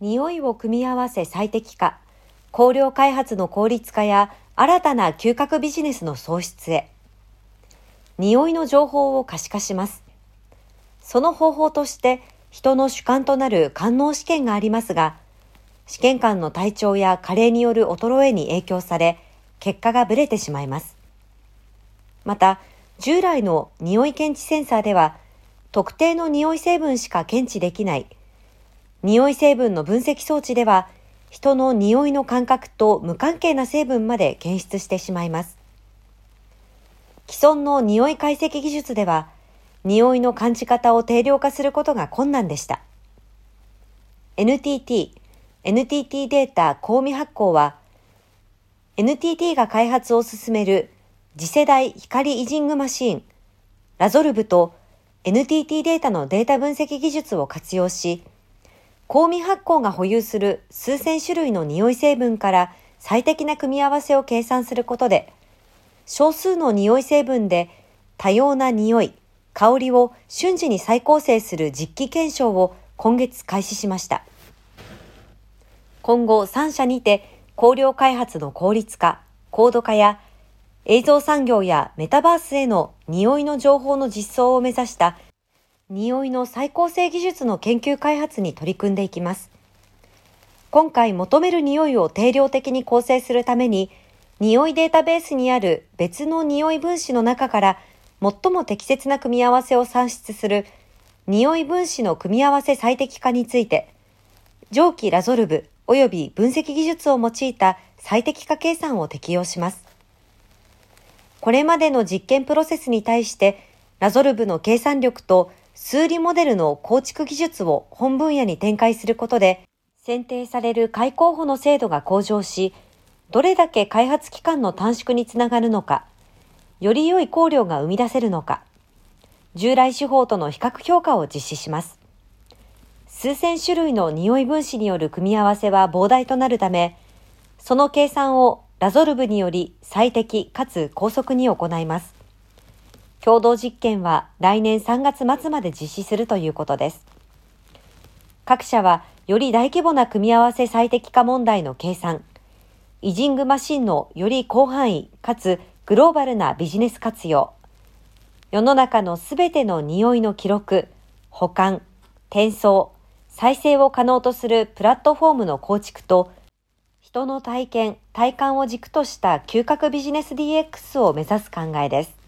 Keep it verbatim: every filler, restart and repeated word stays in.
匂いを組み合わせ最適化、香料開発の効率化や新たな嗅覚ビジネスの創出へ。匂いの情報を可視化します。その方法として人の主観となる官能試験がありますが、試験官の体調や加齢による衰えに影響され、結果がブレてしまいます。また、従来の匂い検知センサーでは、特定の匂い成分しか検知できない、匂い成分の分析装置では、人の匂いの感覚と無関係な成分まで検出してしまいます。既存の匂い解析技術では、匂いの感じ方を定量化することが困難でした。エヌティーティー、エヌティーティー データ高未発光は、エヌティーティー が開発を進める次世代光イジングマシーン、ラゾルブと エヌティーティー データのデータ分析技術を活用し、高未発光が保有する数千種類の匂い成分から最適な組み合わせを計算することで、少数の匂い成分で多様な匂い、香りを瞬時に再構成する実機検証を今月開始しました。今後さん社にて香料開発の効率化、高度化や映像産業やメタバースへの匂いの情報の実装を目指した匂いの再構成技術の研究開発に取り組んでいきます。今回求める匂いを定量的に構成するために、匂いデータベースにある別の匂い分子の中から最も適切な組み合わせを算出する匂い分子の組み合わせ最適化について、上記ラゾルブ及び分析技術を用いた最適化計算を適用します。これまでの実験プロセスに対してラゾルブの計算力と数理モデルの構築技術を本分野に展開することで、選定される開候補の精度が向上し、どれだけ開発期間の短縮につながるのか、より良い香料が生み出せるのか、従来手法との比較評価を実施します。数千種類の匂い分子による組み合わせは膨大となるため、その計算をラゾルブにより最適かつ高速に行います。共同実験は来年さんがつ末まで実施するということです。各社はより大規模な組み合わせ最適化問題の計算、イジングマシンのより広範囲かつグローバルなビジネス活用、世の中のすべての匂いの記録、保管、転送、再生を可能とするプラットフォームの構築と、人の体験、体感を軸とした嗅覚ビジネス ディーエックス を目指す考えです。